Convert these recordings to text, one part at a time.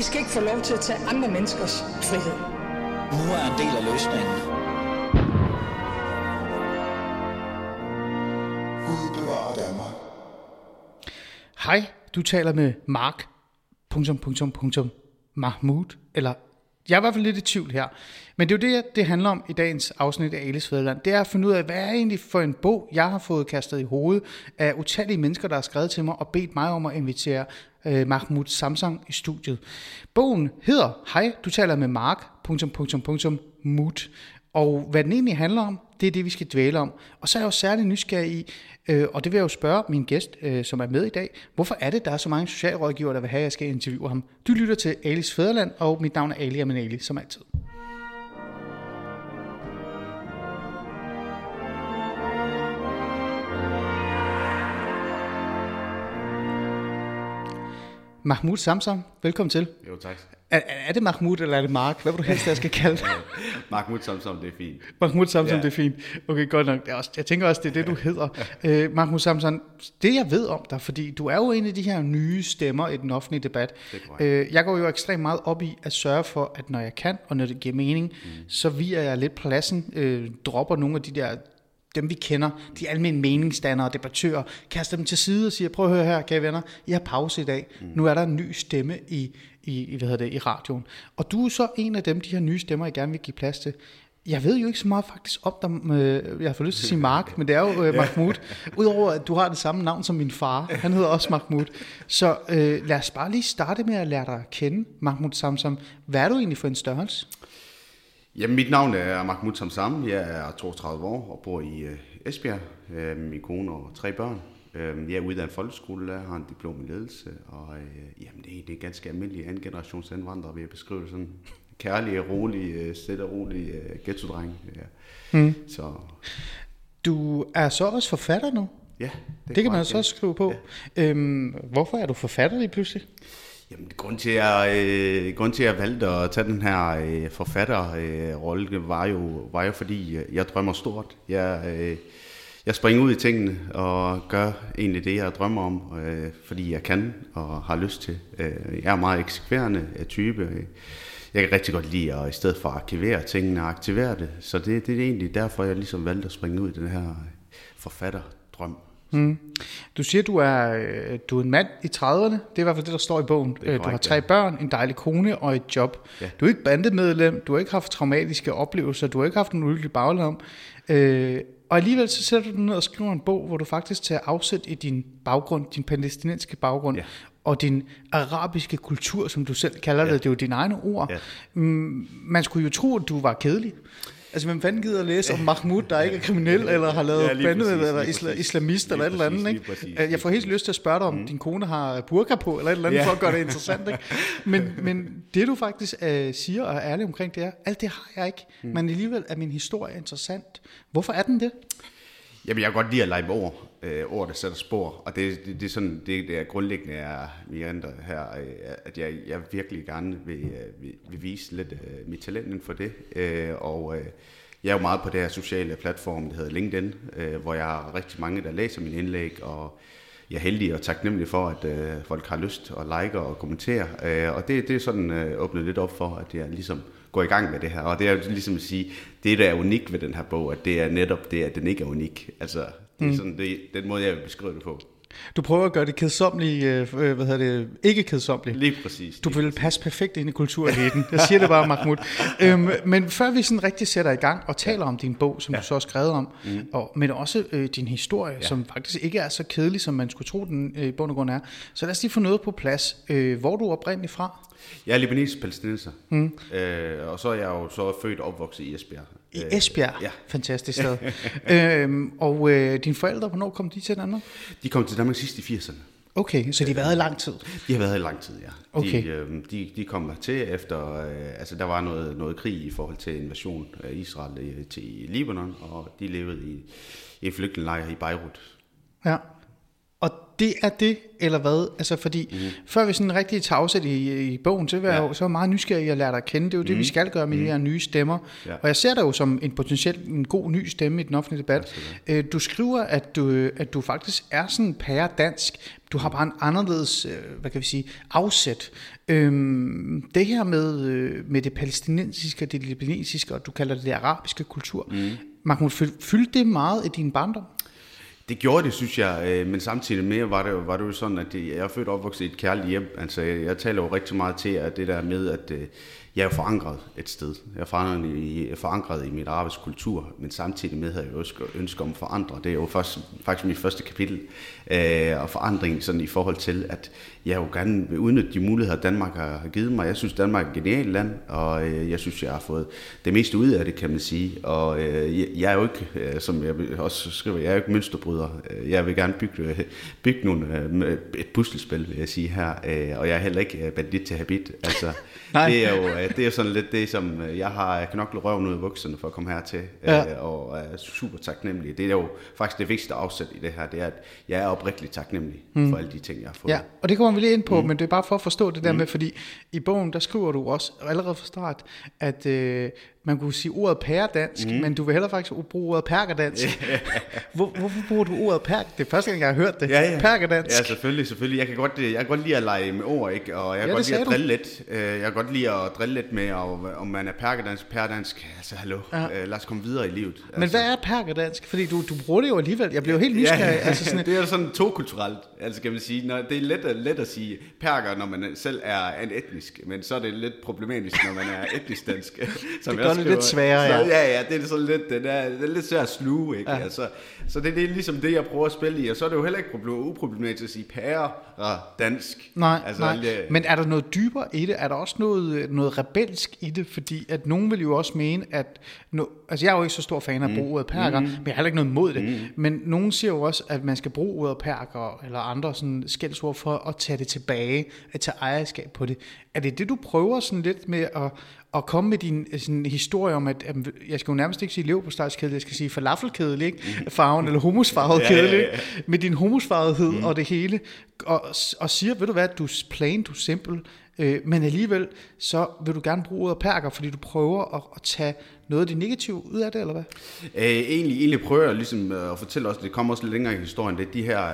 skal ikke få lov til at tage andre menneskers frihed. Nu er en del af løsningen. Gud bevarer Danmark. Hej, du taler med Mark. Mahmoud, eller jeg er i hvert fald lidt i tvivl her. Men det er jo det handler om i dagens afsnit af Alis Fædreland. Det er at finde ud af, hvad er egentlig for en bog, jeg har fået kastet i hovedet af utallige mennesker, der har skrevet til mig og bedt mig om at invitere Mahmoud Samsam i studiet. Bogen hedder Hej, du taler med Mark. Mood. Og hvad den egentlig handler om, det er det, vi skal dvæle om. Og så er jeg jo særlig nysgerrig i, og det vil jeg jo spørge min gæst, som er med i dag, hvorfor er det, der er så mange socialrådgivere, der vil have, at jeg skal interviewe ham? Du lytter til Alis Fædreland, og mit navn er Ali Amanali, som altid. Mahmoud Samsam, velkommen til. Jo, tak. Er det Mahmoud, eller er det Mark? Hvad vil du helst, jeg skal kalde det? Mahmoud Samsam, det er fint. Mahmoud Samsam, det er fint. Okay, godt nok. Jeg tænker også, det er det, du hedder. Mahmoud Samsam, det jeg ved om dig, fordi du er jo en af de her nye stemmer i den offentlige debat. Jeg går jo ekstremt meget op i at sørge for, at når jeg kan, og når det giver mening, så viger jeg lidt pladsen, dropper nogle af de der dem vi kender, de almindelige meningsdannere og debattører, kaster dem til side og siger, prøv at høre her, kære venner, I har pause i dag. Nu er der en ny stemme i radioen. Og du er så en af dem, de her nye stemmer, jeg gerne vil give plads til. Jeg ved jo ikke så meget faktisk om dig, jeg har fået lyst til at sige Mark, men det er jo Mahmoud. Udover at du har det samme navn som min far, han hedder også Mahmoud. Så lad os bare lige starte med at lære dig at kende, Mahmoud Samsam. Hvad er du egentlig for en størrelse? Jamen, mit navn er Mahmoud Samsam. Jeg er 32 år og bor i Esbjerg. Min kone og 3 børn. Jeg er uddannet folkeskolelærer, har en diplom i ledelse. Og jamen, det er ganske almindelig anden generations indvandrere, vil jeg beskrive det sådan. Kærlig, rolig, stille og rolig ghetto-dreng. Ja. Så. Du er så også forfatter nu? Ja. Det kan man så også skrive på. Ja. Hvorfor er du forfatter lige pludselig? Jamen, grund til, at jeg valgte at tage den her forfatterrolle, var jo fordi, jeg drømmer stort. Jeg springer ud i tingene og gør egentlig det, jeg drømmer om, fordi jeg kan og har lyst til. Jeg er meget eksekverende type. Jeg kan rigtig godt lide at i stedet for at arkivere tingene og aktivere det. Så det er egentlig derfor, jeg ligesom valgte at springe ud i den her forfatterdrøm. Du siger, du er en mand i 30'erne. Det er i hvert fald det, der står i bogen. Du har 3 børn, en dejlig kone og et job. Ja. Du er ikke bandemedlem, du har ikke haft traumatiske oplevelser, du har ikke haft en ulykkelig bagdom. Og alligevel så sætter du ned og skriver en bog, hvor du faktisk tager afsæt i din baggrund, din palæstinensiske baggrund, og din arabiske kultur, som du selv kalder det. Det er jo dine egne ord. Ja. Man skulle jo tro, at du var kedelig. Altså, hvem fanden gider at læse om Mahmoud, der ikke er kriminel, eller har lavet bande, eller islamist, eller et eller andet, ikke? Jeg får helt lyst til at spørge dig, om din kone har burka på, eller et eller andet, for at gøre det interessant, ikke? Men det, du faktisk siger og er ærlig omkring, det er, alt det har jeg ikke, men alligevel er min historie interessant. Hvorfor er den det? Jamen, jeg kan godt lide at lege med ord, der sætter spor, og det er sådan, det er grundlæggende her, at jeg virkelig gerne vil vise lidt mit talent inden for det, og jeg er jo meget på det her sociale platform, der hedder LinkedIn, hvor jeg har rigtig mange, der læser mine indlæg, og jeg er heldig og taknemmelig for, at folk har lyst at like og kommentere, og det er sådan åbnet lidt op for, at jeg ligesom går i gang med det her, og det er jo ligesom at sige, det der er unikt ved den her bog, at det er netop det, at den ikke er unik. Altså, det er sådan den måde, jeg vil beskrive det på. Du prøver at gøre det kedsommeligt, ikke kedsommeligt. Lige præcis. Du vil passe perfekt ind i kultureliten. Jeg siger det bare, Mahmoud. Men før vi sådan rigtig sætter i gang og taler om din bog, som du så har skrevet om, men også din historie, som faktisk ikke er så kedelig, som man skulle tro, den i bund og grund er. Så lad os lige få noget på plads. Hvor er du oprindeligt fra? Jeg er libanesisk palæstinenser, og så er jeg jo så født og opvokset i Esbjerg. I Esbjerg? Ja. Fantastisk sted. Og dine forældre, hvornår kom de til Danmark? De kom til Danmark sidst i 80'erne. Okay, så de har været i lang tid? De har været i lang tid, ja. Okay. De kom hertil efter, altså der var noget krig i forhold til invasion af Israel til Libanon, og de levede i en flygtningelejr i Beirut. Ja. Og det er det, eller hvad? Altså fordi, før vi sådan rigtig tager afsæt i bogen, så er jeg jo så meget nysgerrig at lære dig at kende. Det er jo det, vi skal gøre med de her nye stemmer. Ja. Og jeg ser dig jo som en god ny stemme i den offentlige debat. Du skriver, at du faktisk er sådan pæredansk. Du har bare en anderledes, afsæt. Det her med det palæstinensiske og det libanesiske, og du kalder det arabiske kultur. Mahmoud, fyldte det meget i din barndom? Det gjorde det, synes jeg, men samtidig med var det jo sådan, at jeg er født og opvokset i et kærligt hjem. Altså, jeg taler jo rigtig meget til at det der med, at jeg er forankret et sted. Jeg er forankret i mit arbejdskultur, men samtidig med havde jeg jo ønsker om at forandre. Det er jo faktisk mit første kapitel, og forandring sådan i forhold til, at jeg jo gerne vil udnytte de muligheder, Danmark har givet mig. Jeg synes, Danmark er et genialt land, og jeg synes, jeg har fået det meste ud af det, kan man sige. Og jeg er jo ikke, som jeg også skriver, jeg er jo ikke mønsterbryder. Jeg vil gerne bygge et puslespil, vil jeg sige her, og jeg er heller ikke bandit til habit. Altså, det er sådan lidt det, som jeg har knoklet røven ud af bukserne for at komme hertil, og er super taknemmelig. Det er jo faktisk det vigtigste afsæt i det her, det er, at jeg er oprigtigt taknemmelig for alle de ting, jeg har fået. Ja, og det kommer vi lige ind på, men det er bare for at forstå det der med, fordi i bogen, der skriver du også allerede fra start, at man kunne sige ordet pæredansk, men du vil heller faktisk bruge ordet perkerdansk. Hvorfor bruger du ordet perk? Det er første gang, jeg har hørt det. Perkerdansk. Ja, selvfølgelig. Jeg kan godt lide at lege med ord, ikke? Og jeg kan godt lide at drille lidt. Jeg kan godt lide at drille lidt med, om man er perkerdansk. Altså, hallo, lad os komme videre i livet. Altså. Men hvad er perkerdansk? Fordi du bruger det jo alligevel. Jeg bliver jo helt nysgerrig. Altså sådan det er sådan tokulturelt, altså kan man sige. Det er let at sige perker, når man selv er en etnisk, men så er det lidt problematisk, når man er etnisk dansk. Det gør det lidt sværere, ja, det er sådan lidt, det er lidt svært at sluge, ikke? Ja. Altså, så det er ligesom det, jeg prøver at spille i, og så er det jo heller ikke uproblematisk at sige pæredansk. Nej. Men er der noget dybere i det? Er der også noget rebelsk i det? Fordi at nogen vil jo også mene, at altså jeg er jo ikke så stor fan af at bruge ordet perker, men jeg har heller ikke noget imod det. Men nogen siger jo også, at man skal bruge ordet perker eller andre sådan skældsord for at tage det tilbage, at tage ejerskab på det. Er det det, du prøver sådan lidt med at komme med din sådan, historie om, at jeg skal jo nærmest ikke sige leverpostejskedel, jeg skal sige falafelkedel, ikke? Farven, eller humusfarvet kedel, ikke? Med din humusfarvethed og det hele, og siger, ved du hvad, du er plain, du er simpel, men alligevel, så vil du gerne bruge ordet perker, fordi du prøver at tage noget af det negative ud af det, eller hvad? Egentlig prøver jeg ligesom at fortælle os, det kommer også lidt længere i historien, det er de her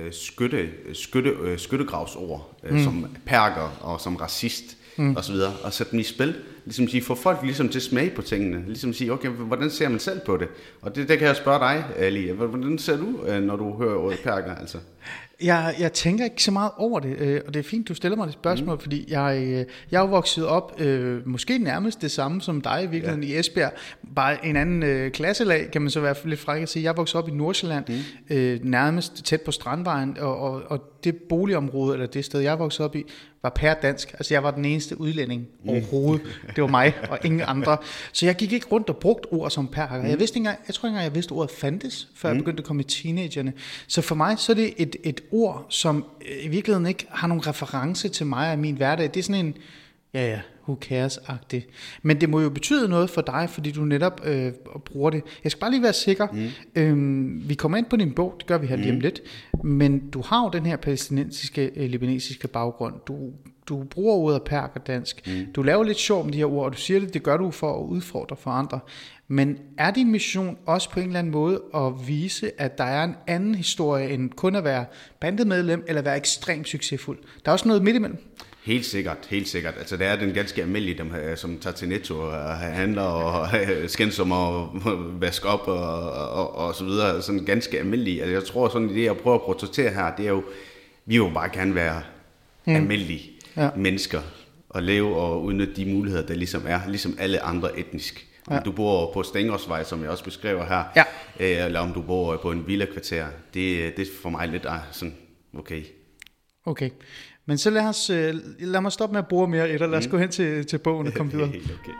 skyttegravsord, som perker og som racist, og så videre, og sætte dem i spil, ligesom sige, få folk ligesom til smag på tingene, ligesom sige, okay, hvordan ser man selv på det? Og det kan jeg spørge dig, Ali, hvordan ser du, når du hører ordet perker, altså? Jeg tænker ikke så meget over det, og det er fint, du stiller mig det spørgsmål, fordi jeg er jo vokset op, måske nærmest det samme som dig i virkeligheden i Esbjerg, bare en anden klasselag, kan man så være lidt fræk at sige. Jeg er vokset op i Nordsjælland, nærmest tæt på Strandvejen, og det boligområde, eller det sted, jeg er vokset op i, var pæredansk. Altså jeg var den eneste udlænding overhovedet. Det var mig og ingen andre. Så jeg gik ikke rundt og brugte ord som perker. Jeg tror ikke engang, jeg vidste ordet fandtes, før jeg begyndte at komme i teenagerne. Så for mig så er det et ord, som i virkeligheden ikke har nogen reference til mig og min hverdag. Det er sådan en, who cares-agtig. Men det må jo betyde noget for dig, fordi du netop bruger det. Jeg skal bare lige være sikker. Vi kommer ind på din bog, det gør vi her lige om lidt. Men du har jo den her palæstinensiske, libanesiske baggrund. Du bruger ordet perkerdansk. Du laver lidt sjov med de her ord, og du siger det gør du for at udfordre for andre. Men er din mission også på en eller anden måde at vise, at der er en anden historie, end kun at være bandemedlem, eller være ekstremt succesfuld? Der er også noget midt imellem. Helt sikkert. Altså der er den ganske almindelige, dem, som tager til Netto og handler og skændes om at vaske op og så videre. Sådan ganske almindelige. Altså jeg tror sådan, det jeg prøver at portrættere her, det er jo, vi vil jo bare gerne være almindelige mennesker og leve og udnytte de muligheder, der ligesom er, ligesom alle andre etnisk. Om du bor på Stengårdsvej, som jeg også beskriver her, eller om du bor på en villa-kvarter, det er for mig lidt sådan, okay. Men så lad mig stoppe med at bore mere, eller lad os gå hen til bogen og komme videre. Helt okay.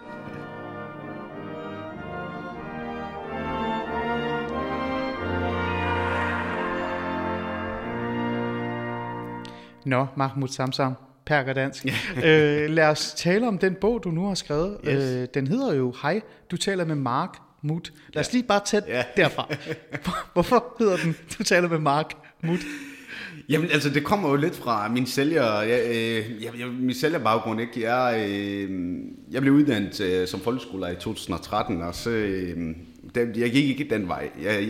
Nå, Mahmoud Samsam, perkerdansk. Lad os tale om den bog, du nu har skrevet. Yes. Den hedder jo Hej, du taler med Mark Muth. Lad os lige bare tage derfra. Hvorfor hedder den, du taler med Mark Mahmoud? Jamen, altså, det kommer jo lidt fra min sælger, min sælgerbaggrund, ikke? Jeg blev uddannet som folkeskoler i 2013, og så, jeg gik ikke den vej.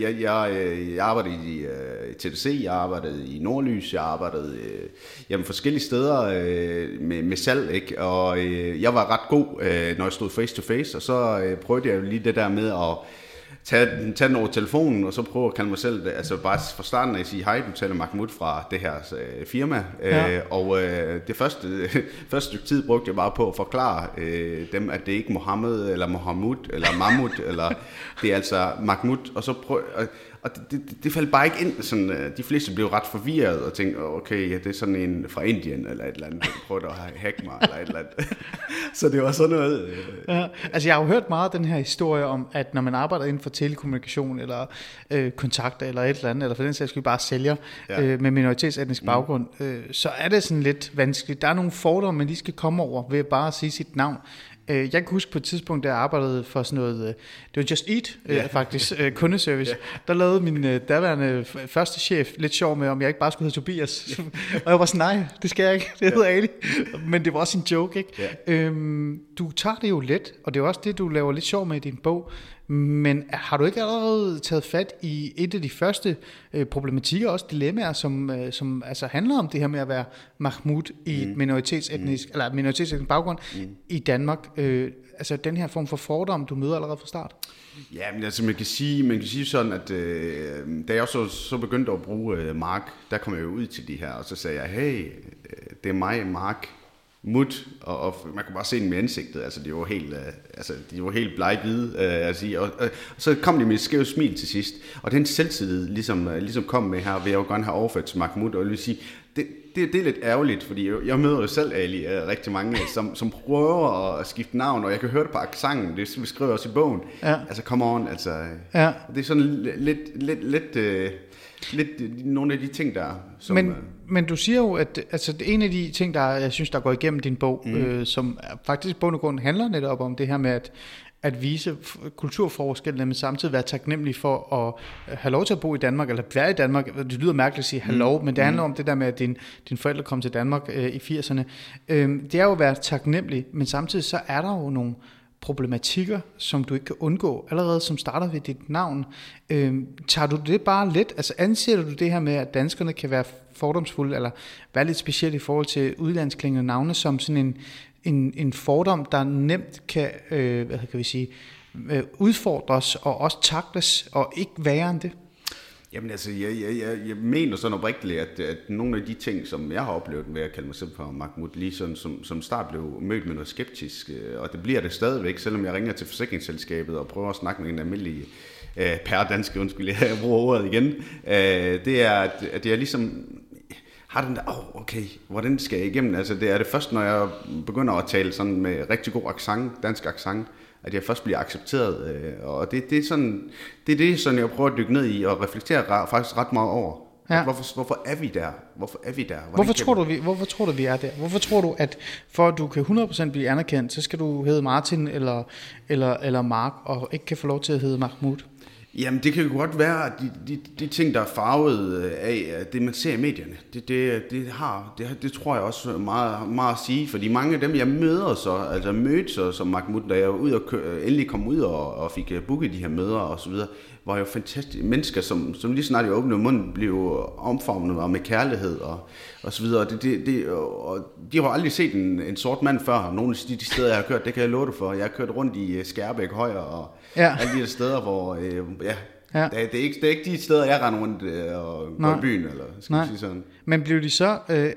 Jeg arbejdede i TDC, jeg arbejdede i Nordlys, jeg arbejdede forskellige steder med salg, ikke? Og jeg var ret god, når jeg stod face to face, og så prøvede jeg lige det der med at tage den over telefonen, og så prøve at kalde mig selv, altså bare fra starten af at sige, hej, du taler Mahmoud fra det her firma, og det første stykke tid brugte jeg bare på at forklare dem, at det ikke er Mohammed, eller Mohamud, eller Mahmoud, eller det er altså Mahmoud, og så og det faldt bare ikke ind, sådan, de fleste blev ret forvirret og tænkte, okay, ja, det er sådan en fra Indien, eller et eller andet, der prøvede at hacke mig, eller et eller andet. Så det var sådan noget. Ja, altså jeg har jo hørt meget den her historie om, at når man arbejder inden for telekommunikation, eller kontakter, eller et eller andet, eller for den sags skyld bare sælger med minoritetsetnisk baggrund, så er det sådan lidt vanskeligt. Der er nogle fordomme, man lige skal komme over ved bare at sige sit navn. Jeg kan huske på et tidspunkt, da jeg arbejdede for sådan noget, det var Just Eat faktisk, kundeservice. Der lavede min daværende første chef lidt sjov med, om jeg ikke bare skulle hedde Tobias. Og jeg var sådan, nej, det skal jeg ikke, det hedder Ali. Men det var også en joke, ikke? Du tager det jo let, og det er også det, du laver lidt sjov med i din bog. Men har du ikke allerede taget fat i et af de første problematikker, også dilemmaer, som altså handler om det her med at være Mahmoud i minoritetsetnisk baggrund i Danmark? Altså den her form for fordom, du møder allerede fra start? Ja, men altså man kan sige sådan, at da jeg så begyndte at bruge Mark, der kom jeg jo ud til de her, og så sagde jeg, hey, det er mig, Mark Mut, og man kunne bare se den med ansigtet, altså de var helt blege-hvide, og så kom de med et skævt smil til sidst, og den selvtillid ligesom kom med her, vil jeg jo gerne have overført til Mahmoud, og jeg vil sige, det er lidt ærgerligt, fordi jeg møder jo selv Ali rigtig mange, som prøver at skifte navn, og jeg kan høre det på accenten, det vi skriver også i bogen, altså come on, altså, det er sådan lidt nogle af de ting, der som... Men du siger jo, at altså, en af de ting, der jeg synes, der går igennem din bog, som faktisk på grund handler netop om det her med at vise kulturforskelle, men samtidig være taknemmelig for at have lov til at bo i Danmark, eller være i Danmark. Det lyder mærkeligt at sige hallo, men det handler om det der med, at dine forældre kom til Danmark i 80'erne. Det er jo at være taknemmelig, men samtidig så er der jo nogle problematikker, som du ikke kan undgå, allerede som starter ved dit navn. Tager du det bare let? Altså anser du det her med, at danskerne kan være fordomsfulde, eller være lidt specielt i forhold til udlandsklingende navne, som sådan en fordom, der nemt kan, udfordres, og også takles, og ikke værre end det? Jamen altså, jeg mener sådan oprigteligt, at nogle af de ting, som jeg har oplevet med at kalde mig selv for Mahmoud, lige sådan som start blev mødt med noget skeptisk, og det bliver det stadigvæk, selvom jeg ringer til forsikringsselskabet og prøver at snakke med en almindelig pærdanske, undskyld, jeg bruger ordet igen, det er, at jeg ligesom har den der, okay, hvordan skal jeg igennem? Altså, det er det først, når jeg begynder at tale sådan med rigtig god accent, dansk accent, at jeg først bliver accepteret, og det er sådan, jeg prøver at dykke ned i og reflektere faktisk ret meget over. Ja. Hvorfor er vi der? Hvorfor tror du, vi er der? Hvorfor tror du, at for at du kan 100% blive anerkendt, så skal du hedde Martin eller Mark, og ikke kan få lov til at hedde Mahmoud? Jamen, det kan jo godt være, at de ting, der er farvet af det, man ser i medierne, det tror jeg også meget at sige, fordi mange af dem, jeg mødte så som Mahmoud, da jeg endelig kom ud og fik booket de her møder og så videre, var jo fantastiske mennesker, som lige snart jeg åbnede munden, blev omfavnet og med kærlighed og så videre. Og de har aldrig set en sort mand før. Nogle af de steder, jeg har kørt, det kan jeg love dig for. Jeg har kørt rundt i Skærbæk Højer og alle de der steder, hvor det er ikke de steder, jeg render rundt og går i byen, eller skal man sige sådan. Men blev de så,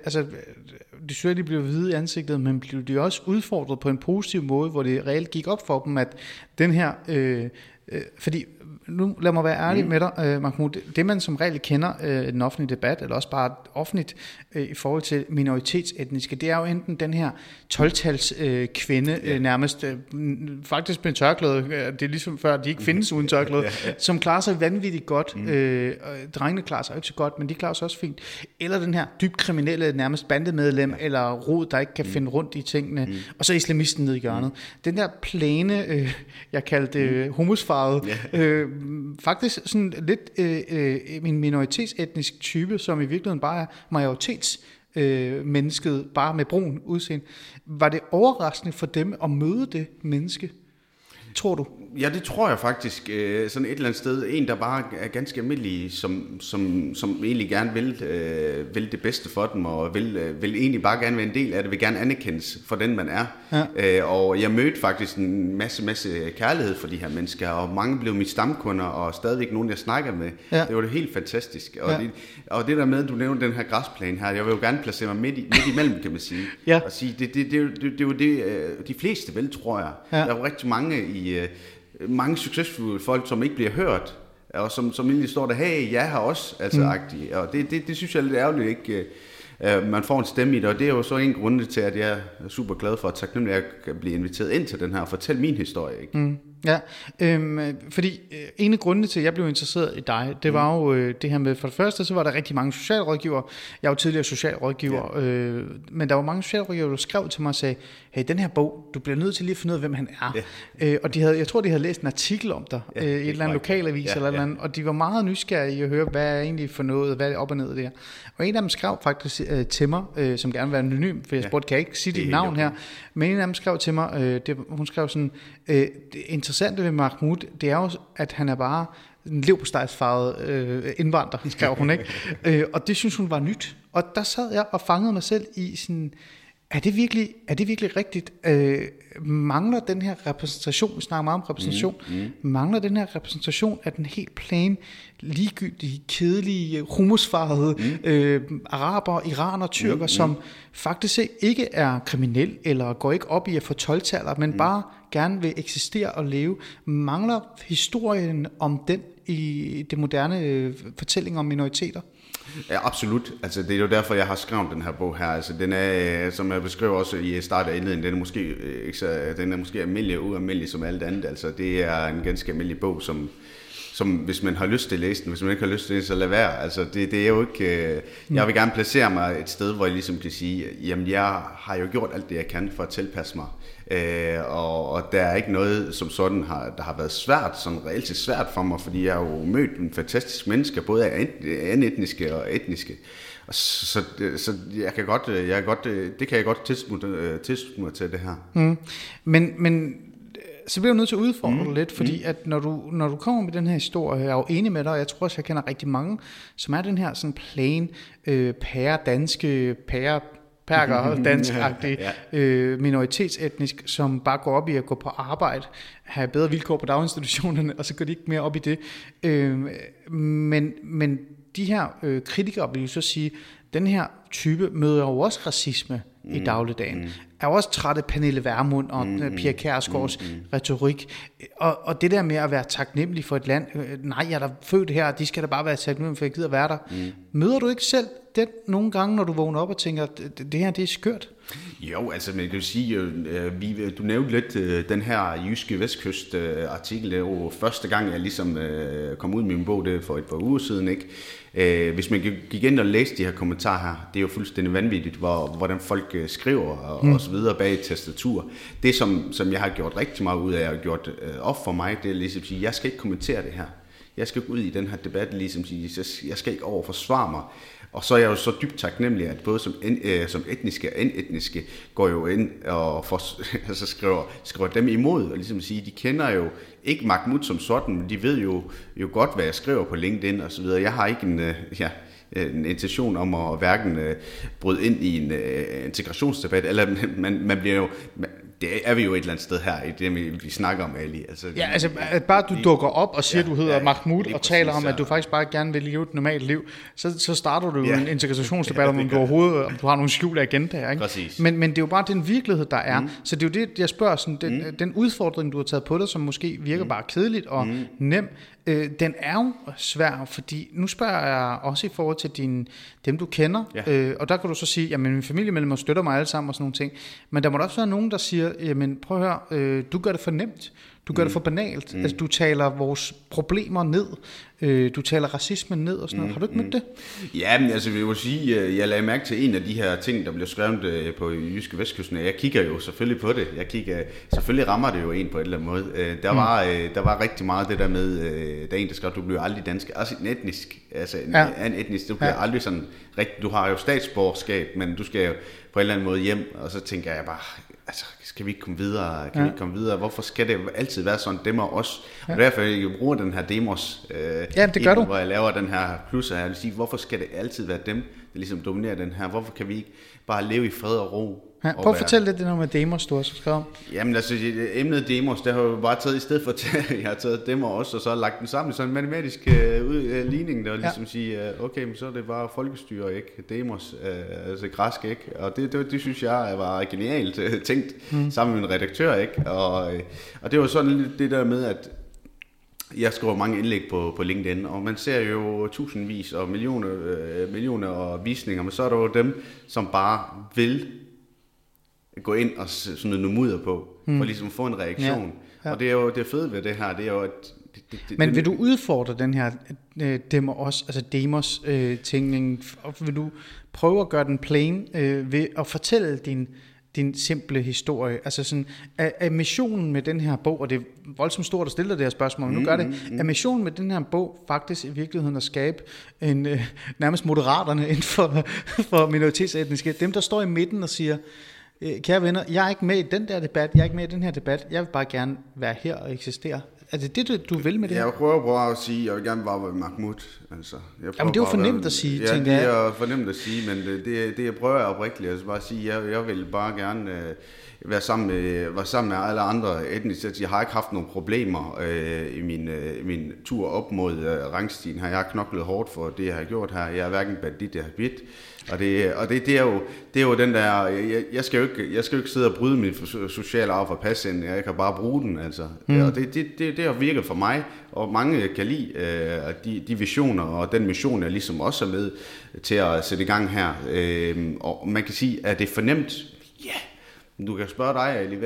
de synes, de blev hvide i ansigtet, men blev de også udfordret på en positiv måde, hvor det reelt gik op for dem, at den her, fordi nu lad mig være ærlig med dig, Mahmoud, det man som regel kender den offentlige debat, eller også bare offentligt i forhold til minoritetsetniske, det er jo enten den her 12-tals kvinde, nærmest faktisk med tørklæde, det er ligesom før, de ikke findes uden tørklæde, som klarer sig vanvittigt godt. Drengene klarer sig ikke så godt, men de klarer sig også fint. Eller den her dybt kriminelle, nærmest bandemedlem, eller rod, der ikke kan finde rundt i tingene, og så islamisten ned i hjørnet. Den der plæne, jeg kaldte humusfarvet, faktisk sådan lidt en minoritetsetnisk type, som i virkeligheden bare er majoritetsmennesket, bare med brun udseende. Var det overraskende for dem at møde det menneske, tror du? Ja, det tror jeg faktisk. Sådan et eller andet sted. En, der bare er ganske almindelig, som egentlig gerne vil det bedste for dem, og vil egentlig bare gerne være en del af det, vil gerne anerkendes for den, man er. Ja. Og jeg mødte faktisk en masse kærlighed for de her mennesker, og mange blev mine stamkunder, og stadigvæk nogen, jeg snakker med. Ja. Det var det helt fantastisk. Og det der med, at du nævnte den her græsplæne her, jeg vil jo gerne placere mig midt imellem, kan man sige. Ja. Og sige, det er jo det, de fleste vel, tror jeg. Ja. Der er jo rigtig mange succesfulde folk, som ikke bliver hørt, og som egentlig står der, hey, jeg har også, altså agtigt. Og det synes jeg er lidt ærgerligt, ikke? Man får en stemme i det, og det er jo så en grund til, at jeg er super glad for, at taknemmelig at blive inviteret ind til den her, og fortælle min historie, ikke? Ja, fordi en af grundene til, at jeg blev interesseret i dig, det var jo det her med, for det første, så var der rigtig mange socialrådgivere. Jeg er jo tidligere socialrådgiver, men der var mange socialrådgivere, der skrev til mig og sagde, hey, den her bog, du bliver nødt til lige at finde ud af, hvem han er. Ja. Og jeg tror, de havde læst en artikel om dig i et eller andet lokalavis eller et andet, og de var meget nysgerrige at høre, hvad er egentlig for noget, hvad er op og ned der. Og en af dem skrev faktisk til mig, som gerne vil være anonym, for jeg spurgte, kan jeg ikke sige dit navn her, men en af dem skrev til mig, hun skrev sådan, interessante ved Mahmoud, det er jo, at han er bare en leverpostejsfarvet indvandrer, skrev hun, ikke? Og det synes hun var nyt. Og der sad jeg og fangede mig selv i sådan, er det virkelig rigtigt? Mangler den her repræsentation, vi snakker meget om repræsentation, mangler den her repræsentation af den helt plain, ligegyldige, kedelige, humusfarvede araber, iraner, tyrker, som faktisk ikke er kriminel, eller går ikke op i at få 12-taller, men bare gerne vil eksistere og leve. Mangler historien om den i det moderne fortælling om minoriteter? Ja, absolut. Altså, det er jo derfor, jeg har skrevet den her bog her. Altså, den er, som jeg beskriver også i starten af indledningen, den er måske almindelig og ualmindelig som alt andet. Altså, det er en ganske almindelig bog, som hvis man har lyst til at læse den, hvis man ikke har lyst til det, så lad være. Altså, det er jo ikke... Jeg vil gerne placere mig et sted, hvor jeg ligesom kan sige, jamen, jeg har jo gjort alt det, jeg kan for at tilpasse mig. Og der er ikke noget som sådan, der har været svært, sådan reelt svært for mig, fordi jeg har jo mødt en fantastisk mennesker, både af etniske og etniske. Og så jeg kan godt, det kan jeg godt tilslutte mig til det her. Men så bliver jeg nødt til at udfordre dig lidt, fordi at når du kommer med den her historie, jeg er jo enig med dig, og jeg tror også, jeg kender rigtig mange, som er den her sådan plain, danske perker, dansk-agtig, minoritetsetnisk, som bare går op i at gå på arbejde, have bedre vilkår på daginstitutionerne, og så går de ikke mere op i det. Men de her kritikere vil jo så sige, den her type møder jo også racisme i dagligdagen. Er også træt af Pernille Vermund og Pia Kjærsgaards retorik. Og det der med at være taknemmelig for et land, nej, jeg er da født her, de skal da bare være taknemmelige, for jeg gider være der. Møder du ikke selv den nogle gange, når du vågner op og tænker, det her, det er skørt? Jo, altså man kan jo sige, du nævnte lidt den her Jyske Vestkyst artikel, det er jo første gang, jeg ligesom kom ud med min bog, det for et par uger siden, ikke? Hvis man gik ind og læste de her kommentarer her, det er jo fuldstændig vanvittigt, hvordan folk skriver og så videre bag et tastatur. Det, som jeg har gjort rigtig meget ud af og gjort op for mig, det er ligesom at sige, jeg skal ikke kommentere det her. Jeg skal gå ud i den her debat, ligesom at sige, jeg skal ikke forsvare mig. Og så er jeg jo så dybt taknemmelig, at både som etniske og etniske går jo ind og altså skriver dem imod, og ligesom at sige, de kender jo ikke Mahmoud som sådan, men de ved jo godt, hvad jeg skriver på LinkedIn og så videre. Jeg har ikke en intention om at hverken bryde ind i en integrationsdebat, eller man bliver jo... Det er vi jo et eller andet sted her, i det vi snakker om, Ali. Altså, ja, altså at bare du dukker op og siger, du hedder Mahmoud, og taler om, at du faktisk bare gerne vil leve et normalt liv, så starter du jo en integrationsdebat, om du overhovedet om du har nogle skjulte agendaer. Ikke? Præcis. Men det er jo bare den virkelighed, der er. Så det er jo det, jeg spørger, sådan, den udfordring, du har taget på dig, som måske virker bare kedeligt og nem, den er jo svær, fordi nu spørger jeg også i forhold til dem du kender, og der kan du så sige, jamen min familiemedlemmer støtter mig alle sammen og sådan nogle ting, men der må da også være nogen, der siger, siger, jamen prøv at høre, du gør det for nemt. Du gør det for banalt. Altså, du taler vores problemer ned. Du taler racismen ned og sådan noget. Har du ikke mødt det? Ja, men altså, jeg vil sige, jeg lagde mærke til en af de her ting, der blev skrevet på Jyske Vestkysten. Jeg kigger jo selvfølgelig på det. Selvfølgelig rammer det jo en på en eller anden måde. Der var rigtig meget det der med, der er en, der skrev, du bliver aldrig dansk. Altså en etnisk, en etnisk, du bliver aldrig sådan rigtig. Du har jo statsborgerskab, men du skal jo på en eller anden måde hjem. Og så tænker jeg bare, altså, skal vi ikke komme videre? Kan vi ikke komme videre? Hvorfor skal det altid være sådan, dem og os? Og derfor jeg bruger den her demos, det gør du. Hvor jeg laver den her plus, og jeg vil sige, hvorfor skal det altid være dem, der ligesom dominerer den her? Hvorfor kan vi ikke bare leve i fred og ro? Ja, prøv at fortælle lidt det noget med demos, du har skrevet om. Jamen altså, emnet demos, der har jo bare taget, i stedet for at jeg har taget dem og os, og så lagt den sammen i sådan en matematisk ligning, der ligesom sige, okay, men så er det bare folkestyre, ikke? Demos, altså græsk, ikke? Og det synes jeg var genialt tænkt sammen med en redaktør, ikke? Og det var sådan det der med, at jeg skriver mange indlæg på LinkedIn, og man ser jo tusindvis og millioner og visninger, men så er der jo dem, som bare vil gå ind og sådan noget mudder på, for ligesom at få en reaktion. Ja. Og det er jo det fede ved det her, det er jo, at men vil du udfordre den her demos tænkning, og vil du prøve at gøre den plain ved at fortælle din simple historie? Altså sådan, er missionen med den her bog, og det er voldsomt stort at stille dig det her spørgsmål, men nu gør det, er missionen med den her bog faktisk i virkeligheden at skabe en nærmest Moderaterne inden for minoritetsetniske, dem der står i midten og siger, kære venner, jeg er ikke med i den der debat, jeg er ikke med i den her debat, jeg vil bare gerne være her og eksistere. Er det det, du vil med det her? Jeg prøver at sige, jeg vil gerne bare være Mahmoud. Altså, jamen det er jo for nemt at sige, ja, tænker jeg. Ja, det er for nemt at sige, men det jeg prøver oprigtigt, altså bare at sige, jeg vil bare gerne være sammen med alle andre etniske. Jeg har ikke haft nogle problemer i min tur op mod rangstigen her. Jeg har knoklet hårdt for det, jeg har gjort her. Jeg er hverken bandit, jeg har bit. Og det er jo den der, jeg skal jo ikke sidde og bryde min sociale arv for passe ind, jeg kan bare bruge den, altså. Og det har virket for mig, og mange kan lide de visioner og den mission, jeg ligesom også er med til at sætte i gang her. Og man kan sige, at det er fornemt, ja. Du kan spørge dig, Ali,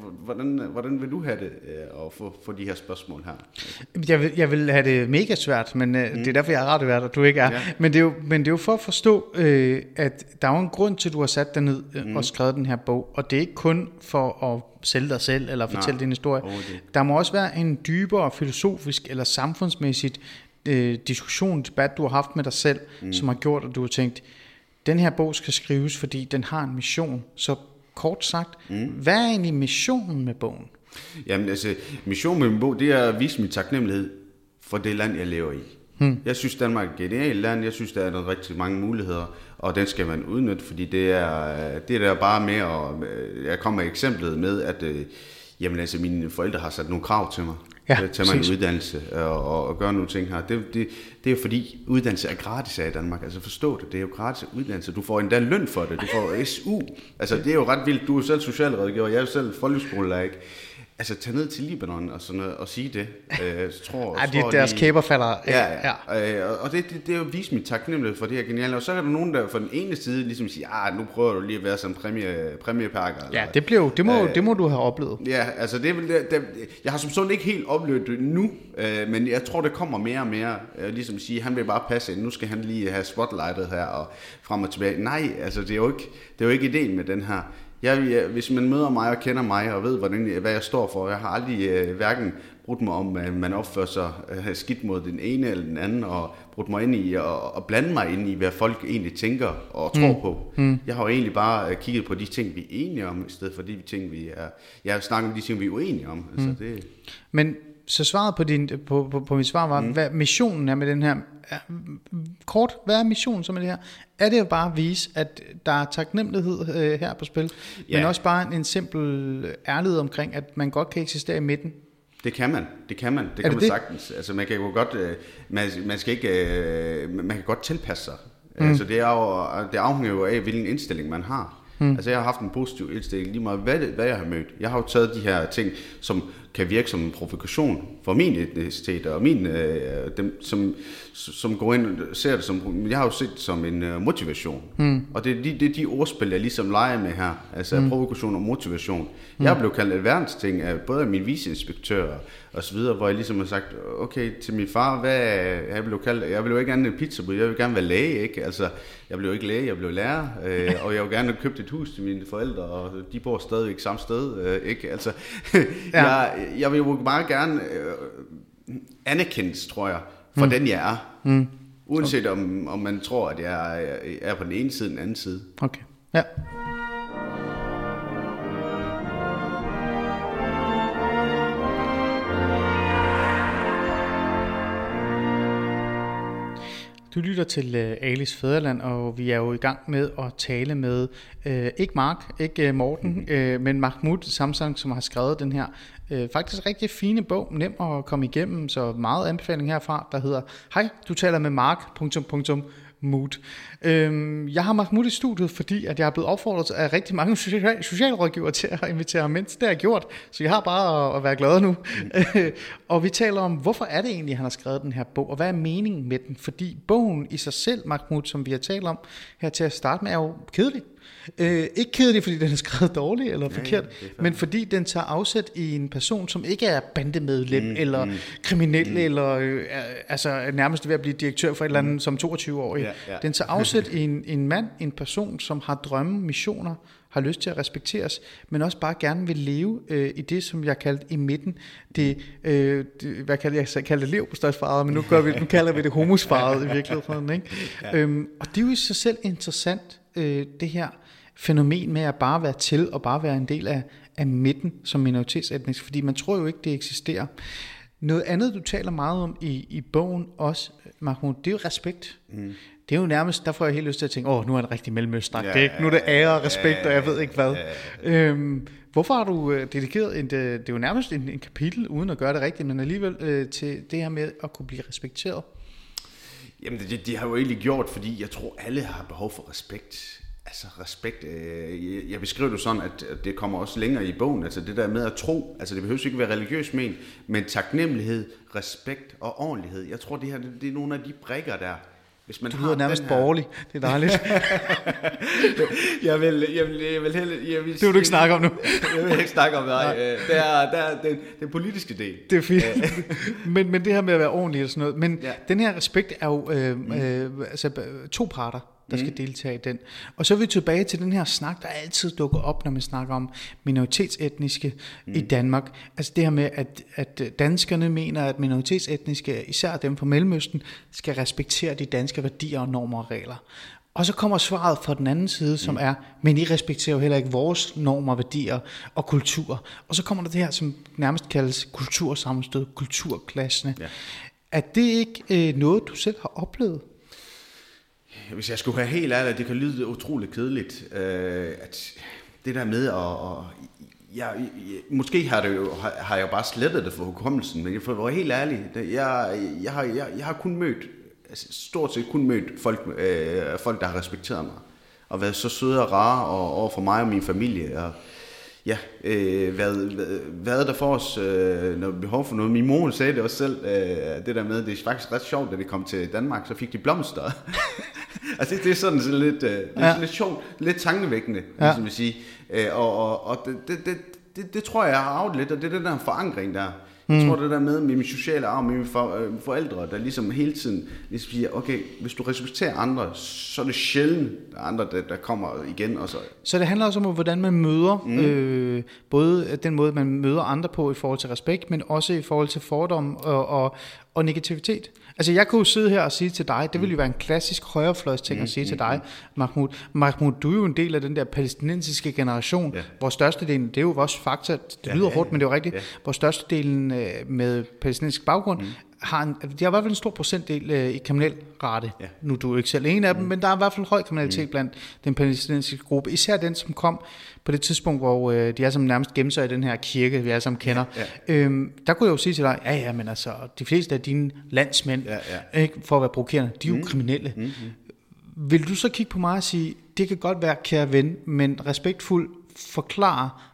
hvordan vil du have det at få de her spørgsmål her? Jeg vil have det mega svært, men det er derfor, jeg er radiovært, og du ikke er. Ja. Men det er jo for at forstå, at der er jo en grund til, at du har sat dig ned og skrevet den her bog, og det er ikke kun for at sælge dig selv eller fortælle din historie. Der må også være en dybere filosofisk eller samfundsmæssigt diskussion, debat, du har haft med dig selv, som har gjort, at du har tænkt, den her bog skal skrives, fordi den har en mission. Så kort sagt, hvad er egentlig missionen med bogen? Jamen altså, missionen med min bog, det er at vise min taknemmelighed for det land, jeg lever i. Jeg synes, Danmark er et genialt land. Jeg synes, der er rigtig mange muligheder, og den skal man udnytte, fordi det er der bare med, og jeg kommer med eksemplet med, at jamen, altså, mine forældre har sat nogle krav til mig. Tage mig en uddannelse og gøre nogle ting her. Det er jo fordi uddannelse er gratis her i Danmark. Altså forstå det, det er jo gratis uddannelse. Du får endda løn for det, du får SU. Altså det er jo ret vildt. Du er jo selv socialrådgiver, jeg er jo selv folkeskolelærer, ikke? Altså tage ned til Libanon og sådan noget, og sige det. Deres kæber falder. Og det er jo vist mit taknemmelighed for det her geniale. Og så er der nogen, der fra den ene side ligesom siger, nu prøver du lige at være sådan en præmiepakker. Ja, det må du have oplevet. Ja, altså jeg har som sådan ikke helt oplevet det nu, men jeg tror, det kommer mere og mere. Ligesom at sige, han vil bare passe ind. Nu skal han lige have spotlightet her og frem og tilbage. Nej, altså det er jo ikke ideen med den her. Hvis man møder mig og kender mig og ved, hvad jeg står for, jeg har aldrig hverken brudt mig om, at man opfører sig skidt mod den ene eller den anden, og brudt mig ind i og blande mig ind i, hvad folk egentlig tænker og tror på. Jeg har jo egentlig bare kigget på de ting, vi er enige om, i stedet for de ting, jeg har snakket om de ting, vi er uenige om. Altså, det. Men så svaret på mit svar var, hvad missionen er med den her. Kort, hvad er missionen så med det her? Er det jo bare at vise, at der er taknemmelighed her på spil, men også bare en simpel ærlighed omkring, at man godt kan eksistere i midten? Det kan man sagtens. Altså man kan jo godt, man kan godt tilpasse sig. Altså det afhænger jo af, hvilken indstilling man har. Altså jeg har haft en positiv indstilling lige meget, hvad jeg har mødt. Jeg har jo taget de her ting, som kan virke som en provokation for min etnicitet, og min, dem, som går ind og ser det som, jeg har jo set det som en motivation. Og det er de ordspil, jeg ligesom leger med her, altså provokation og motivation. Jeg blev kaldt et verdensting af både min viceinspektør og så videre, hvor jeg ligesom har sagt, okay, til min far, jeg blev ikke andet end pizzabud, jeg vil gerne være læge, ikke? Altså, jeg blev ikke læge, jeg blev lærer, og jeg vil gerne have købt et hus til mine forældre, og de bor stadigvæk samme sted, ikke? Altså, jeg vil jo meget gerne anerkendes, tror jeg, for den jeg er. Uanset om man tror, at jeg er på den ene side eller den anden side. Okay, ja. Du lytter til Alis Fædreland, og vi er jo i gang med at tale med, ikke Mark, ikke Morten, men Mahmoud Samsang, som har skrevet den her faktisk rigtig fine bog, nem at komme igennem, så meget anbefaling herfra, der hedder Hej, du taler med Mark, Mood. Jeg har Mahmoud i studiet, fordi at jeg er blevet opfordret af rigtig mange socialrådgivere til at invitere ham ind. Det har jeg gjort, så jeg har bare at være glad nu. Og vi taler om, hvorfor er det egentlig, han har skrevet den her bog, og hvad er meningen med den? Fordi bogen i sig selv, Mahmoud, som vi har talt om her til at starte med, er jo kedelig. Ikke kedelig, fordi den er skrevet dårligt eller forkert, men fordi den tager afsæt i en person, som ikke er bandemedlem eller kriminel, eller altså nærmest ved at blive direktør for et eller andet som 22-årig. Den tager afsæt i en mand, en person, som har drømme, missioner, har lyst til at respekteres, men også bare gerne vil leve i det, som jeg kaldte i midten. Hvad kaldte jeg leverpostejsfarvet, men nu kalder vi det humusfarvet i virkeligheden. Ikke? Og det er jo i sig selv interessant, det her fænomen med at bare være til og bare være en del af midten som minoritetsetnisk, fordi man tror jo ikke, det eksisterer. Noget andet, du taler meget om i bogen også, Mahmoud, det er jo respekt. Det er jo nærmest, der får jeg helt lyst til at tænke, nu er det rigtig mellemøstdragt, nu er det ære og respekt, og jeg ved ikke hvad. Hvorfor har du dedikeret det er jo nærmest en kapitel, uden at gøre det rigtigt, men alligevel til det her med at kunne blive respekteret? Jamen, det har jo egentlig gjort, fordi jeg tror, alle har behov for respekt. Altså respekt, jeg beskriver det sådan, at det kommer også længere i bogen, altså det der med at tro, altså det behøver ikke være religiøst men taknemmelighed, respekt og ordentlighed. Jeg tror, det er nogle af de brikker der. Hvis man du lyder nærmest borgerlig, det er dejligt. jeg vil det vil du ikke snakke om nu. Jeg vil ikke snakke om det. Det er den politiske del. Det er fint. men det her med at være ordentlig og sådan noget. Men den her respekt er jo altså to parter, der skal deltage i den. Og så er vi tilbage til den her snak, der altid dukker op, når man snakker om minoritetsetniske i Danmark. Altså det her med, at danskerne mener, at minoritetsetniske, især dem fra Mellemøsten, skal respektere de danske værdier og normer og regler. Og så kommer svaret fra den anden side, som er, men I respekterer jo heller ikke vores normer, værdier og kultur. Og så kommer der det her, som nærmest kaldes kultursammenstød, kulturklassene. Ja. Er det ikke noget, du selv har oplevet? Hvis jeg skulle have helt ærligt, det kan lyde utroligt kedeligt, at det der med måske har jeg bare slettet det for hukommelsen, men for at være helt ærlig, jeg har kun mødt, altså stort set kun mødt folk, der har respekteret mig, og været så søde og rare over for mig og min familie, og hvad der for os, når vi behov for noget. Min mor sagde det også selv, det der med, det er faktisk ret sjovt, da de kom til Danmark, så fik de blomster. Altså det er sådan lidt, lidt sjovt, lidt tankevækkende, som vi siger. Og det tror jeg har arvet lidt, og det er den der forankring der. Jeg tror det der med min sociale arv, med mine forældre, der ligesom hele tiden ligesom siger, okay, hvis du respekterer andre, så er det sjældent andre, der kommer igen. Og så det handler også om, hvordan man møder, både den måde, man møder andre på i forhold til respekt, men også i forhold til fordom og negativitet. Altså jeg kunne jo sidde her og sige til dig, det ville jo være en klassisk højrefløjs ting at sige til dig, Mahmoud. Mahmoud, du er jo en del af den der palæstinensiske generation, hvor størstedelen, det er jo vores fakta, det lyder hårdt, men det er jo rigtigt, hvor størstedelen med palæstinensisk baggrund, de har i hvert fald en stor procentdel i kriminel rate. Ja. Nu er du jo ikke selv en af dem, men der er i hvert fald høj kriminalitet blandt den palæstinensiske gruppe. Især den, som kom på det tidspunkt, hvor de er som nærmest gemmer sig i den her kirke, vi alle sammen kender. Der kunne jeg jo sige til dig, men altså, de fleste af dine landsmænd, ikke, for at være provokerende, de er jo kriminelle. Vil du så kigge på mig og sige, det kan godt være, kære ven, men respektfuldt forklare,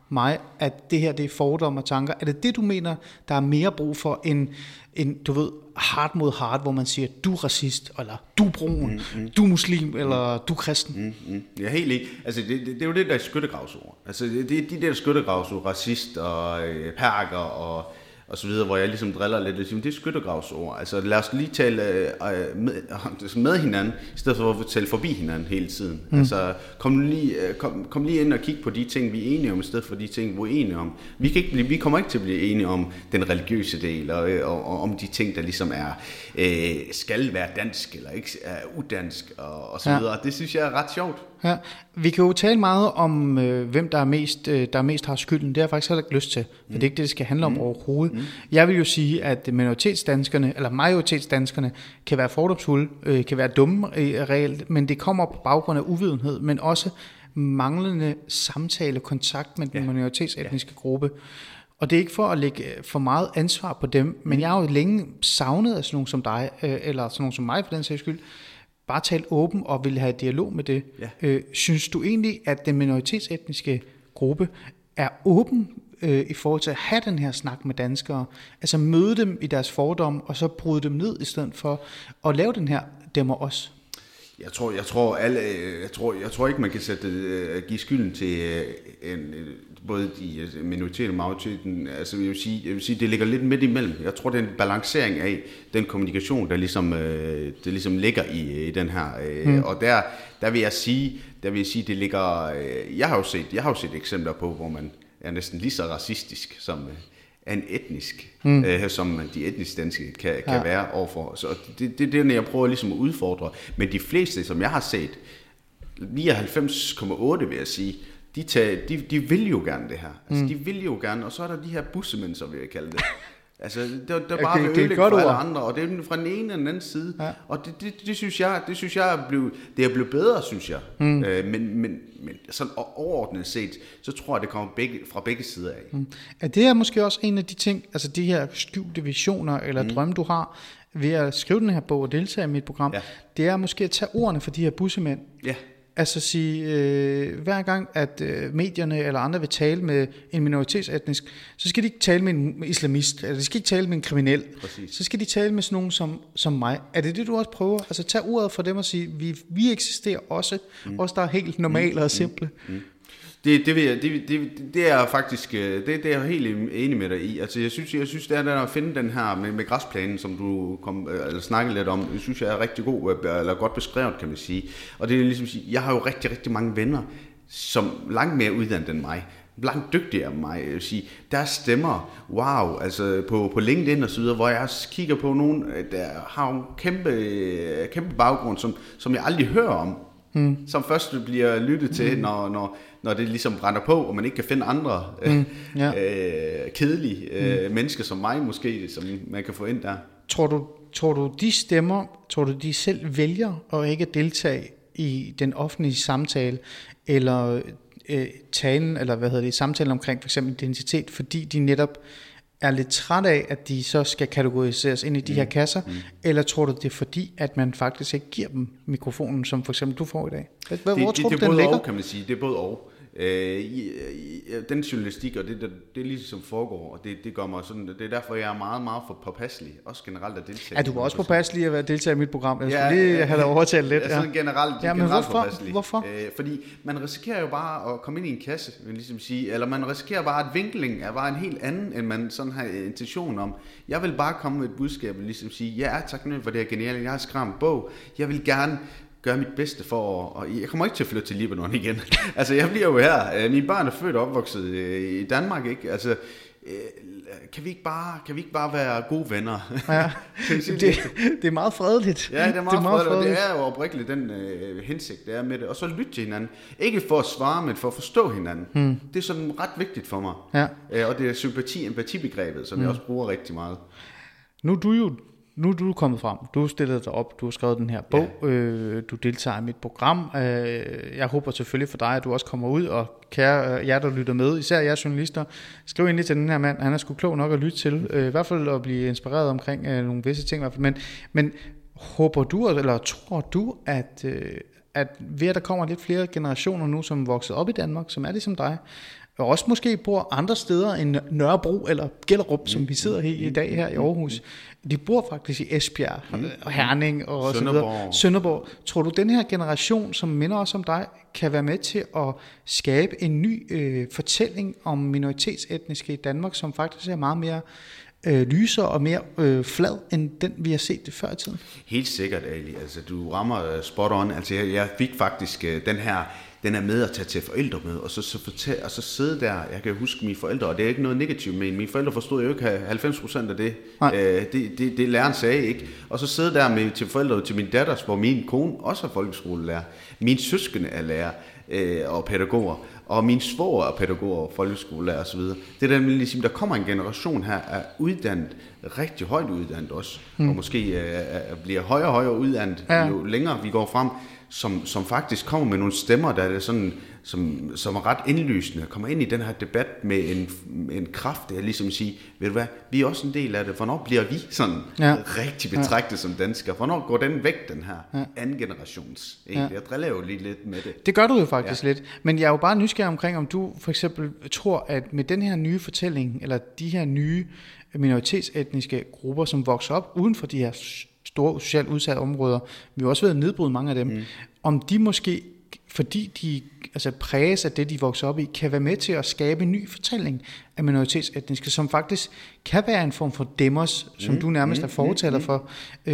mig, at det her det er fordomme og tanker? Er det det, du mener, der er mere brug for en du ved, hard mod hard, hvor man siger, du er racist, eller du er brun, du er muslim, eller du er kristen? Jeg er helt enig. Altså, det er jo det der skyttegravsord. Altså, det er de der skyttegravsord, racist og perker og så videre, hvor jeg ligesom driller lidt, det er skyttegravsord. Altså lad os lige tale med hinanden, i stedet for at tale forbi hinanden hele tiden. Altså kom lige ind og kig på de ting, vi er enige om, i stedet for de ting, vi er enige om. Vi kommer ikke til at blive enige om den religiøse del, og om de ting, der ligesom skal være dansk, eller ikke er udansk, og så videre. Det synes jeg er ret sjovt. Ja, vi kan jo tale meget om, hvem der mest har skylden. Det har jeg faktisk heller ikke lyst til, for det er ikke det skal handle om overhovedet. Jeg vil jo sige, at minoritetsdanskerne, eller majoritetsdanskerne, kan være fordomsfulde, kan være dumme reelt, men det kommer på baggrund af uvidenhed, men også manglende samtale, kontakt med den minoritetsetniske gruppe. Og det er ikke for at lægge for meget ansvar på dem, men jeg har jo længe savnet af sådan nogen som dig, eller sådan nogen som mig for den sags skyld, bare talt åben og vil have dialog med det. Ja. Synes du egentlig, at den minoritetsetniske gruppe er åben i forhold til at have den her snak med danskere? Altså møde dem i deres fordomme, og så bryde dem ned i stedet for at lave den her dem og os? Jeg tror ikke, man kan give skylden til både de minoriteter og majoriteten. Altså jeg vil sige, det ligger lidt midt imellem. Jeg tror, det er en balancering af den kommunikation, der ligesom ligger i den her. Og der vil jeg sige, det ligger. Jeg har jo set eksempler på, hvor man er næsten lige så racistisk som en etnisk, som de etnisk danske kan være overfor. Så det er det, jeg prøver ligesom at udfordre. Men de fleste, som jeg har set, 99,8 vil jeg sige, de vil jo gerne det her. Altså, de vil jo gerne, og så er der de her bussemænd, som vi vil kalde det. Altså, der bare vil ødelægge for alle andre, og det er fra den ene eller den anden side. Ja. Og det synes jeg det er blevet bedre, synes jeg. Men sådan overordnet set, så tror jeg, det kommer fra begge sider af. Er det her måske også en af de ting, altså de her skjulte visioner eller drømme, du har ved at skrive den her bog og deltage i mit program, det er måske at tage ordene for de her bussemænd. Ja. Altså sige, hver gang at medierne eller andre vil tale med en minoritetsetnisk, så skal de ikke tale med en islamist, eller de skal ikke tale med en kriminel. Præcis. Så skal de tale med sådan nogen som mig. Er det det, du også prøver? Altså tage ordet for dem og sige, vi eksisterer også, også der er helt normale og simple. Det er jeg faktisk, det er jeg helt enig med dig i. Altså jeg synes det er der at finde den her med græsplænen, som du snakkede lidt om. Det synes jeg er rigtig god, eller godt beskrevet, kan man sige. Og det er ligesom, jeg har jo rigtig, rigtig mange venner, som langt mere uddannet end mig, langt dygtigere end mig. Jeg vil sige, der stemmer, wow, altså på LinkedIn og så videre, hvor jeg også kigger på nogen, der har en kæmpe baggrund, som jeg aldrig hører om. Som først bliver lyttet til, når det ligesom brænder på, og man ikke kan finde andre kedelige mennesker som mig måske, som man kan få ind der. Tror du de stemmer, de selv vælger at ikke deltage i den offentlige samtale, eller talen, eller samtalen omkring for eksempel identitet, fordi de netop er lidt træt af, at de så skal kategoriseres ind i de her kasser, eller tror du, det er fordi, at man faktisk ikke giver dem mikrofonen, som for eksempel du får i dag? Hvor tror du, den ligger? Og, kan man sige. Det er både og. Den journalistik, og det er ligesom foregår, og det gør mig sådan, det er derfor, jeg er meget, meget for påpasselig, også generelt at deltage. Ja, du var også påpasselig at deltage i mit program, jeg skulle lige have dig overtalt lidt. Ja, sådan generelt påpasselig. Hvorfor? Fordi man risikerer jo bare at komme ind i en kasse, vil ligesom sige, eller man risikerer bare, at vinklingen er bare en helt anden, end man sådan har intention om. Jeg vil bare komme med et budskab, og ligesom sige, jeg er taknemmelig for det her geniale, jeg har skrevet en bog, jeg vil gerne gøre mit bedste for, og jeg kommer ikke til at flytte til Libanon igen. Altså, jeg bliver jo her. Mine børn er født og opvokset i Danmark, ikke? Altså, kan vi ikke bare være gode venner? Ja, det er meget fredeligt. Ja, det er meget fredeligt, og det er jo oprigtigt den hensigt, det er med det. Og så lytte til hinanden. Ikke for at svare, men for at forstå hinanden. Det er sådan ret vigtigt for mig. Ja. Og det er sympati-empati-begrebet, som jeg også bruger rigtig meget. Nu er du kommet frem, du har stillet dig op, du har skrevet den her bog, du deltager i mit program. Jeg håber selvfølgelig for dig, at du også kommer ud, og kære jer, der lytter med, især jer journalister, skriv endelig til den her mand, han er sgu klog nok at lytte til, i hvert fald at blive inspireret omkring nogle visse ting. Men håber du, eller tror du, at ved at der kommer lidt flere generationer nu, som er vokset op i Danmark, som er ligesom dig, også måske bor andre steder end Nørrebro eller Gellerup, som vi sidder her i dag her i Aarhus. De bor faktisk i Esbjerg og Herning og Sønderborg. Tror du, den her generation, som minder os om dig, kan være med til at skabe en ny fortælling om minoritetsetniske i Danmark, som faktisk er meget mere lysere og mere flad, end den vi har set det før i tiden? Helt sikkert, Ali. Altså, du rammer spot on. Altså, jeg fik faktisk den er med at tage til forældremøde, og så sidde der. Jeg kan huske mine forældre, og det er ikke noget negativt, men mine forældre forstod jo ikke 90% af det. Det læreren sagde ikke. Og så sidde der med til forældre til min datters, hvor min kone også er folkeskolelærer. Mine søskende er lærer og pædagoger, og mine svoger er pædagoger og folkeskolelærer osv. Det er der, ligesom, der kommer en generation her af uddannet, rigtig højt uddannet også, og måske bliver højere og højere uddannet, jo længere vi går frem, som faktisk kommer med nogle stemmer, der er sådan, som er ret indlysende, kommer ind i den her debat med en kraft, der ligesom siger, ved du hvad, vi er også en del af det, hvornår bliver vi sådan rigtig betragtet som danskere, hvornår går den væk, den her anden generations, egentlig. Jeg driller jo lige lidt med det. Det gør du jo faktisk lidt, men jeg er jo bare nysgerrig omkring, om du for eksempel tror, at med den her nye fortælling, eller de her nye minoritetsetniske grupper, som vokser op uden for de her store socialt udsatte områder, vi har også været nedbryde mange af dem, om de måske, fordi de præges af det, de vokser op i, kan være med til at skabe en ny fortælling af minoritetsetniske, som faktisk kan være en form for demos, som du nærmest er fortaler for.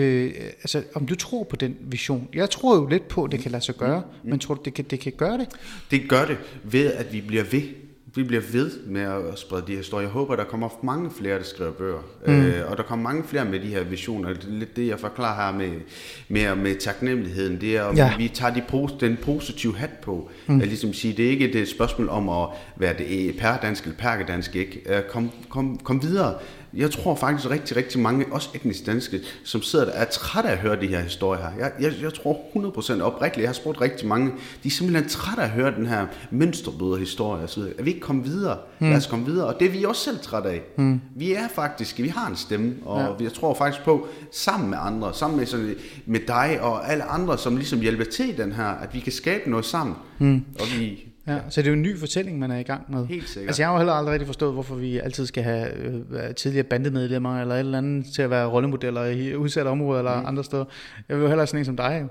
Om du tror på den vision. Jeg tror jo lidt på, at det kan lade sig gøre, men tror du, det kan gøre det? Det gør det ved, at vi bliver ved. Vi bliver ved med at sprede de her historier. Jeg håber, der kommer mange flere, der skriver bøger. Og der kommer mange flere med de her visioner. Det er lidt det, jeg forklarer her med taknemmeligheden. Det er, at vi tager den positive hat på. At ligesom sige, det er ikke et spørgsmål om at være det pærdansk eller perkedansk. Kom videre. Jeg tror faktisk rigtig, rigtig mange, også etnisk danske, som sidder der, er trætte af at høre de her historier her. Jeg tror 100% oprigtigt, jeg har spurgt rigtig mange, de er simpelthen trætte af at høre den her mønsterbryder historie. Så at vi ikke kommer videre. Lad os komme videre. Og det er vi også selv trætte af. Vi har en stemme, og jeg tror faktisk på, sammen med andre, sammen med dig og alle andre, som ligesom hjælper til i den her, at vi kan skabe noget sammen. Og vi... Ja, så det er jo en ny fortælling, man er i gang med. Helt sikkert. Altså jeg har jo heller aldrig rigtig forstået, hvorfor vi altid skal have tidligere bandemedlemmer eller et eller andet til at være rollemodeller i udsatte områder eller andre steder. Jeg vil jo hellere sådan en som dig,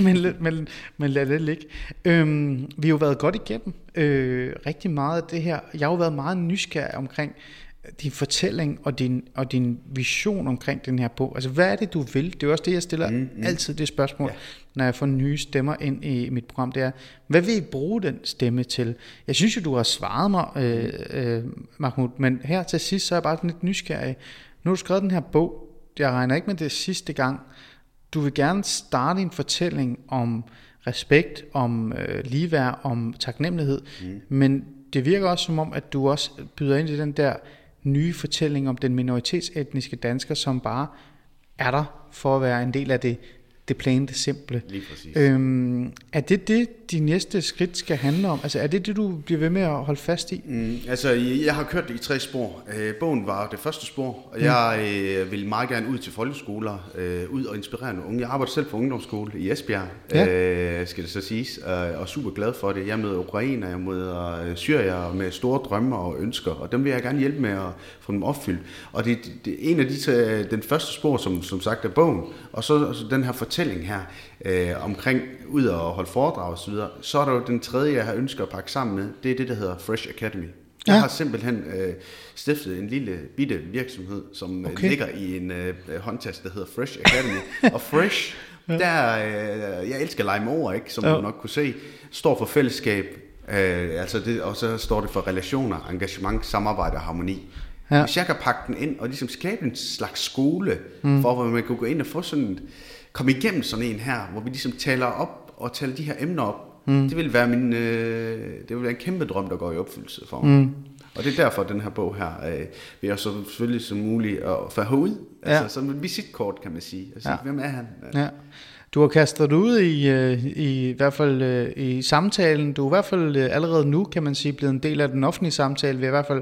men lad det ligge. Vi har jo været godt igennem rigtig meget af det her. Jeg har jo været meget nysgerrig omkring din fortælling og din vision omkring den her bog. Altså hvad er det, du vil? Det er jo også det, jeg stiller altid det spørgsmål, når jeg får nye stemmer ind i mit program. Det er, hvad vil I bruge den stemme til? Jeg synes jo, du har svaret mig, Mahmoud, men her til sidst, så er jeg bare lidt nysgerrig. Nu har du skrevet den her bog. Jeg regner ikke med det sidste gang. Du vil gerne starte en fortælling om respekt, om ligeværd, om taknemmelighed, men det virker også som om, at du også byder ind i den der nye fortælling om den minoritetsetniske dansker, som bare er der for at være en del af det plane, det simple. Lige præcis. Er det de næste skridt skal handle om? Altså er det du bliver ved med at holde fast i? Altså jeg har kørt det i 3 spor. Bogen var det første spor, og jeg vil meget gerne ud til folkeskoler, ud og inspirere nogle unge. Jeg arbejder selv på ungdomsskole i Esbjerg, skal det så siges, og super glad for det. Jeg møder ukrainer, jeg møder syrier med store drømme og ønsker, og dem vil jeg gerne hjælpe med at få dem opfyldt. Og det er en af den første spor, som sagt er bogen, og så den her fortælling her omkring ud og holde foredrag og så videre. Så er der jo den tredje, jeg har ønsket at pakke sammen med, det er det, der hedder Fresh Academy. Jeg har simpelthen stiftet en lille bitte virksomhed, som ligger i en håndtaske, der hedder Fresh Academy. Og Fresh, jeg elsker at lege med ord, ikke, som du nok kunne se, står for fællesskab, og så står det for relationer, engagement, samarbejde og harmoni. Ja. Hvis jeg kan pakke den ind og ligesom skabe en slags skole, for hvor man kan gå ind og få sådan, komme igennem sådan en her, hvor vi ligesom taler op og taler de her emner op. Det vil være en kæmpe drøm, der går i opfyldelse for mig. Og det er derfor, den her bog her vil jeg så selvfølgelig som muligt at få ud. Altså som et visitkort, kan man sige. Altså, hvem er han? Ja. Du har kastet dig ud i hvert fald i samtalen. Du er i hvert fald allerede nu, kan man sige, blevet en del af den offentlige samtale ved i hvert fald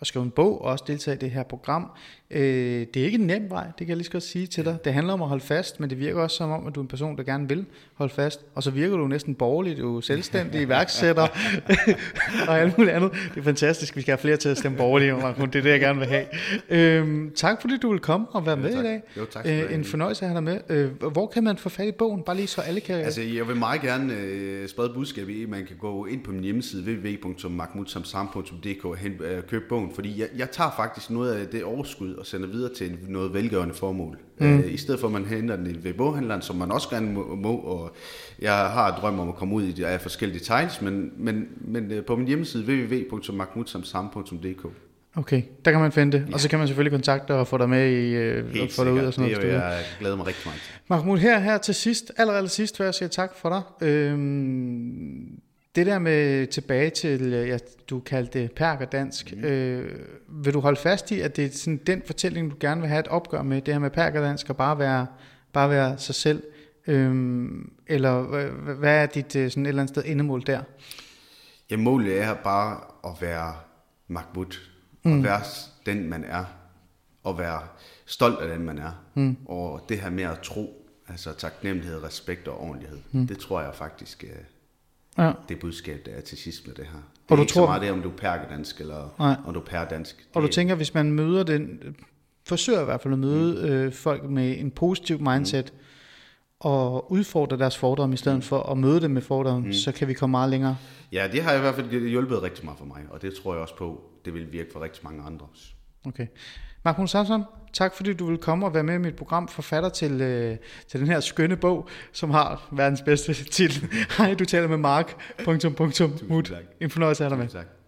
at skrive en bog og også deltage i det her program. Det er ikke en nem vej, det kan jeg lige så godt sige til dig. Det handler om at holde fast, men det virker også som om, at du er en person, der gerne vil holde fast. Og så virker du næsten borgerlig, du er selvstændig iværksætter og alt muligt andet. Det er fantastisk, vi skal have flere til at stemme borgerlige, Mahmoud. Det er det, jeg gerne vil have. Tak fordi du vil komme og være med i dag. Jo, tak. En fornøjelse at have dig med. Hvor kan man få fat i bogen? Bare lige så alle kan... Altså, jeg vil meget gerne sprede budskab i, man kan gå ind på min hjemmeside www.mahmoudsamsam.dk og købe bogen, fordi jeg tager faktisk noget af det overskud og sender videre til noget velgørende formål. I stedet for at man henter den ved boghandleren, som man også gerne må, og jeg har et drøm om at komme ud i af forskellige details, men på min hjemmeside www.mahmoudsamsam.dk. Okay, der kan man finde det, og så kan man selvfølgelig kontakte og få dig med i Helt få dig ud og sådan noget. Det jeg glæder mig rigtig meget til. Mahmoud, her til sidst, aller sidst, vil jeg sige tak for dig. Det der med tilbage til, du kaldte det perkerdansk, vil du holde fast i, at det er sådan den fortælling, du gerne vil have et opgør med, det her med perkerdansk og bare være sig selv, eller hvad er dit sådan et eller andet sted endemål der? Ja, målet er bare at være Mahmoud, at være den man er, og være stolt af den man er, og det her med at tro, altså taknemmelighed, respekt og ordentlighed, det tror jeg faktisk det budskab, der er til sidst med det her. Det er ikke så meget det, om du er perkerdansk, eller om du er pærdansk. Og du tænker, hvis man møder den, forsøger i hvert fald at møde folk med en positiv mindset, og udfordre deres fordomme, i stedet for at møde dem med fordomme, så kan vi komme meget længere. Ja, det har i hvert fald hjulpet rigtig meget for mig, og det tror jeg også på, det vil virke for rigtig mange andre også. Okay. Mahmoud Samsam, tak fordi du vil komme og være med i mit program, forfatter til den her skønne bog, som har verdens bedste titel. Hej, du taler med Mark. En fornøjelse at have dig med. Tak.